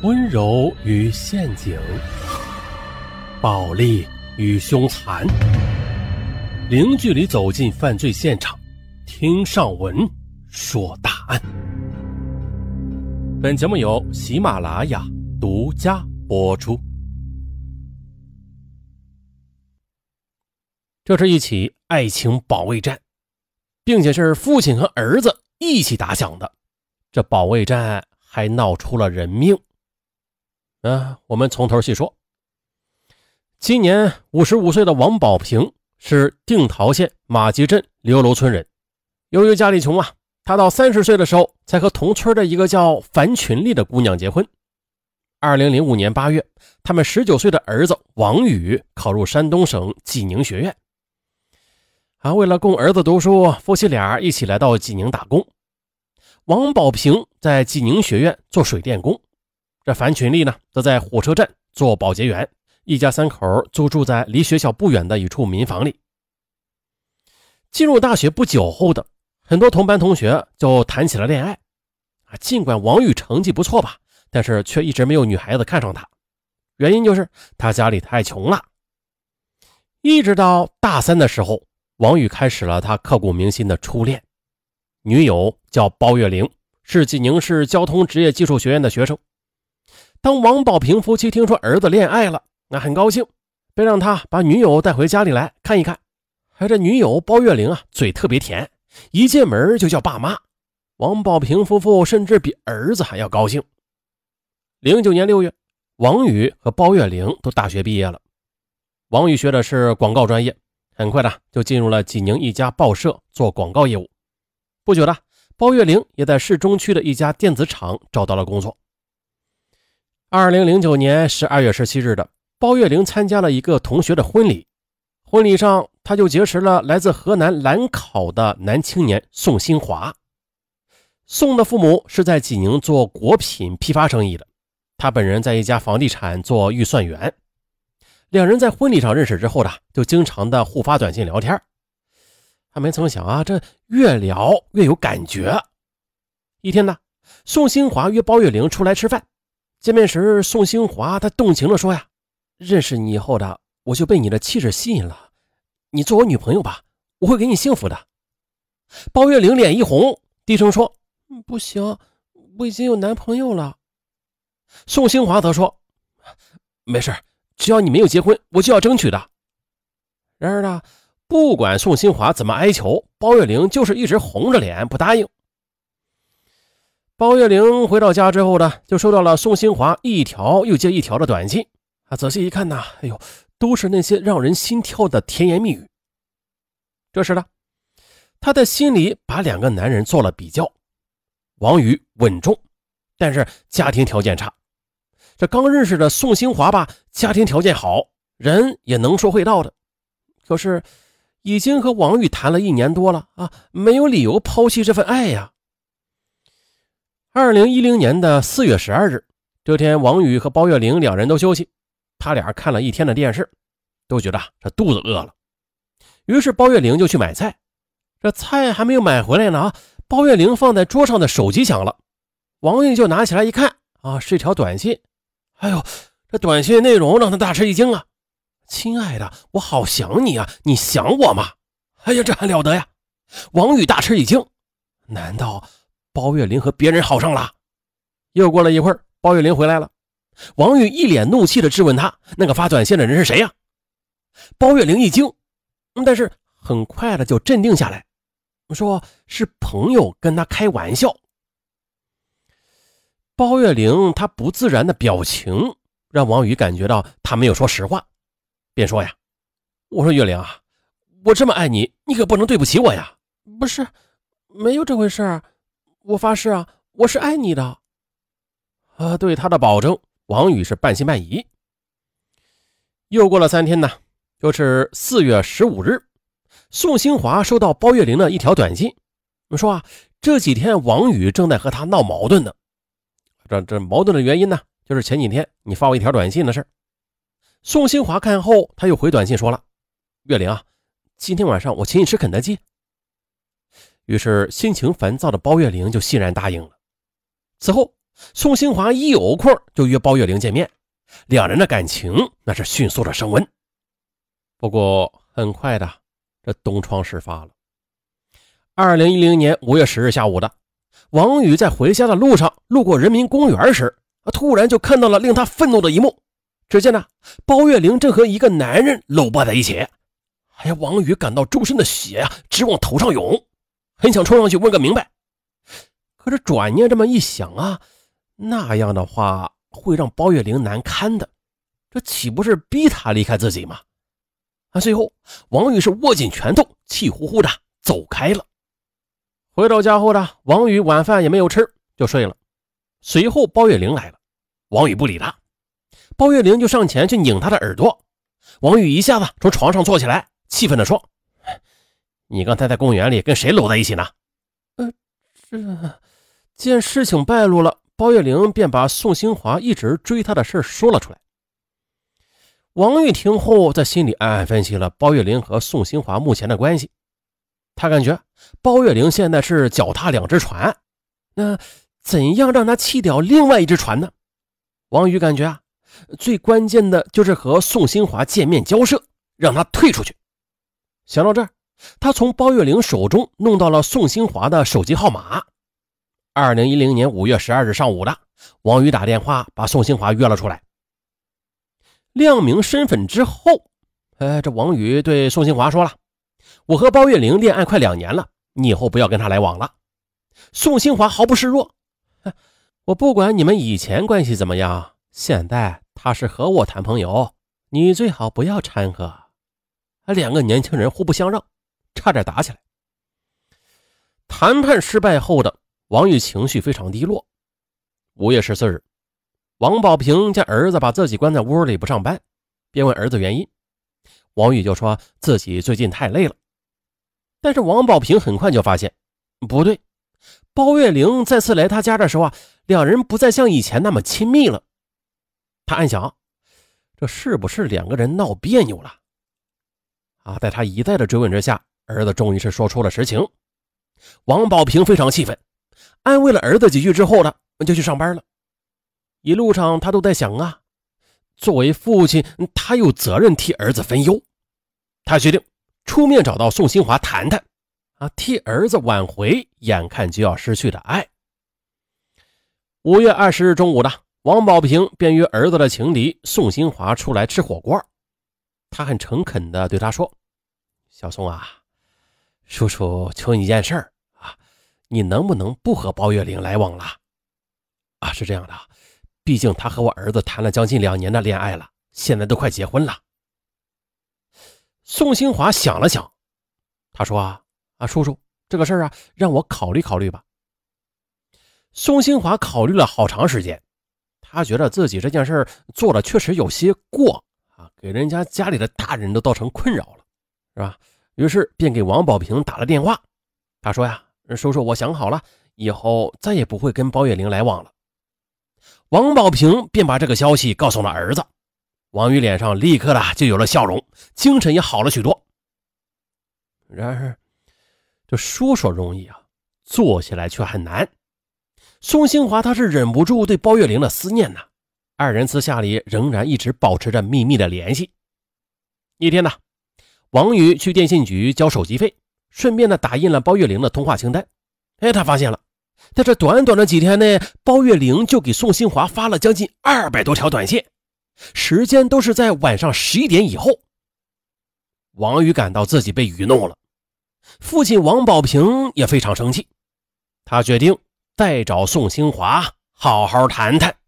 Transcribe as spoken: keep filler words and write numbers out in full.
温柔与陷阱，暴力与凶残，零距离走进犯罪现场，听上文说大案。本节目由喜马拉雅独家播出。这是一起爱情保卫战，并且是父亲和儿子一起打响的。这保卫战还闹出了人命。啊，我们从头细说。今年五十五岁的王宝平是定陶县马集镇刘楼村人。由于家里穷啊，他到三十岁的时候才和同村的一个叫樊群丽的姑娘结婚。二零零五年八月，他们十九岁的儿子王宇考入山东省济宁学院。啊，为了供儿子读书，夫妻俩一起来到济宁打工。王宝平在济宁学院做水电工，这樊群丽呢，则在火车站做保洁员，一家三口租住在离学校不远的一处民房里。进入大学不久后的很多同班同学就谈起了恋爱。尽管王宇成绩不错吧，但是却一直没有女孩子看上他，原因就是他家里太穷了。一直到大三的时候，王宇开始了他刻骨铭心的初恋，女友叫包月玲，是济宁市交通职业技术学院的学生。当王宝平夫妻听说儿子恋爱了，那很高兴，便让他把女友带回家里来看一看。而这女友包月玲啊，嘴特别甜，一进门就叫爸妈。王宝平夫妇甚至比儿子还要高兴。零九年六月，王宇和包月玲都大学毕业了。王宇学的是广告专业，很快的就进入了济宁一家报社做广告业务。不久的，包月玲也在市中区的一家电子厂找到了工作。二零零九年十二月十七日的，包月玲参加了一个同学的婚礼。婚礼上，他就结识了来自河南兰考的男青年宋新华。宋的父母是在济宁做果品批发生意的，他本人在一家房地产做预算员。两人在婚礼上认识之后的，就经常的互发短信聊天。他没曾想啊，这越聊越有感觉。一天呢，宋新华约包月玲出来吃饭。见面时，宋新华他动情地说呀，认识你以后的，我就被你的气质吸引了，你做我女朋友吧，我会给你幸福的。包月玲脸一红，低声说，不行，我已经有男朋友了。宋新华则说，没事，只要你没有结婚，我就要争取的。然而呢，不管宋新华怎么哀求，包月玲就是一直红着脸不答应。包月玲回到家之后呢，就收到了宋新华一条又接一条的短信。啊，仔细一看呢，哎呦，都是那些让人心跳的甜言蜜语。这时呢，他在心里把两个男人做了比较。王宇稳重，但是家庭条件差。这刚认识的宋新华吧，家庭条件好，人也能说会道的。可是已经和王宇谈了一年多了啊，没有理由抛弃这份爱呀。二零一零年的四月十二日，这天王宇和包月玲两人都休息，他俩看了一天的电视，都觉得这肚子饿了。于是包月玲就去买菜，这菜还没有买回来呢，包月玲放在桌上的手机响了，王宇就拿起来一看啊，是一条短信。哎呦，这短信内容让他大吃一惊啊！亲爱的，我好想你啊，你想我吗？哎呀，这还了得呀！王宇大吃一惊，难道包月玲和别人好上了？又过了一会儿，包月玲回来了，王宇一脸怒气地质问他，那个发短信的人是谁呀？包月玲一惊，但是很快的就镇定下来，说是朋友跟他开玩笑。包月玲她不自然的表情让王宇感觉到他没有说实话，便说呀，我说月玲啊，我这么爱你，你可不能对不起我呀。不是，没有这回事，我发誓啊，我是爱你的。啊，对他的保证，王宇是半信半疑。又过了三天呢，就是四月十五日，宋新华收到包月玲的一条短信，说啊，这几天王宇正在和他闹矛盾呢。这这矛盾的原因呢，就是前几天你发我一条短信的事。宋新华看后，他又回短信说了，月玲啊，今天晚上我请你吃肯德基。于是心情烦躁的包月玲就欣然答应了。此后宋兴华一有空就约包月玲见面，两人的感情那是迅速的升温。不过很快的，这东窗事发了。二零一零年五月十日下午的，王宇在回家的路上路过人民公园时，突然就看到了令他愤怒的一幕。只见呢，包月玲正和一个男人搂抱在一起。哎呀，王宇感到周身的血啊直往头上涌，很想冲上去问个明白。可是转念这么一想啊，那样的话会让包月玲难堪的，这岂不是逼他离开自己吗？啊，最后王宇是握紧拳头，气呼呼的走开了。回到家后呢，王宇晚饭也没有吃就睡了。随后包月玲来了，王宇不理他，包月玲就上前去拧他的耳朵。王宇一下子从床上坐起来，气愤地说：你刚才在公园里跟谁搂在一起呢？呃，这见事情败露了，包月玲便把宋兴华一直追他的事说了出来。王宇听后在心里暗暗分析了包月玲和宋兴华目前的关系。他感觉包月玲现在是脚踏两只船，那怎样让他弃掉另外一只船呢？王宇感觉啊，最关键的就是和宋兴华见面交涉，让他退出去。想到这儿，他从包月玲手中弄到了宋兴华的手机号码。二零一零年五月十二日上午的，王宇打电话把宋兴华约了出来。亮明身份之后，呃，这王宇对宋兴华说了：我和包月玲恋爱快两年了，你以后不要跟他来往了。宋兴华毫不示弱：我不管你们以前关系怎么样，现在他是和我谈朋友，你最好不要掺和。两个年轻人互不相让，差点打起来。谈判失败后的王宇情绪非常低落。五月十四日，王宝平见儿子把自己关在屋里不上班，便问儿子原因。王宇就说自己最近太累了。但是王宝平很快就发现不对，包月玲再次来他家的时候啊，两人不再像以前那么亲密了。他暗想，这是不是两个人闹别扭了啊？在他一再的追问之下，儿子终于是说出了实情。王宝平非常气愤，安慰了儿子几句之后呢，就去上班了。一路上他都在想啊，作为父亲，他有责任替儿子分忧。他决定出面找到宋兴华谈谈啊，替儿子挽回眼看就要失去的爱。五月二十日中午的，王宝平便约儿子的情敌宋兴华出来吃火锅。他很诚恳地对他说：小宋啊，叔叔求你一件事儿啊，你能不能不和包月玲来往了？啊，是这样的，毕竟他和我儿子谈了将近两年的恋爱了，现在都快结婚了。宋兴华想了想，他说啊啊，叔叔，这个事儿啊，让我考虑考虑吧。宋兴华考虑了好长时间，他觉得自己这件事做的确实有些过啊，给人家家里的大人都造成困扰了，是吧？于是便给王宝平打了电话。他说呀，叔叔，我想好了，以后再也不会跟包月玲来往了。王宝平便把这个消息告诉了儿子。王宇脸上立刻的就有了笑容，精神也好了许多。然而这说说容易啊，做起来却很难。宋兴华他是忍不住对包月玲的思念呐，二人私下里仍然一直保持着秘密的联系。一天呢，王宇去电信局交手机费，顺便的打印了包月玲的通话清单。哎，他发现了，在这短短的几天内，包月玲就给宋兴华发了将近二百多条短信，时间都是在晚上十一点以后。王宇感到自己被愚弄了，父亲王宝平也非常生气，他决定再找宋兴华好好谈谈。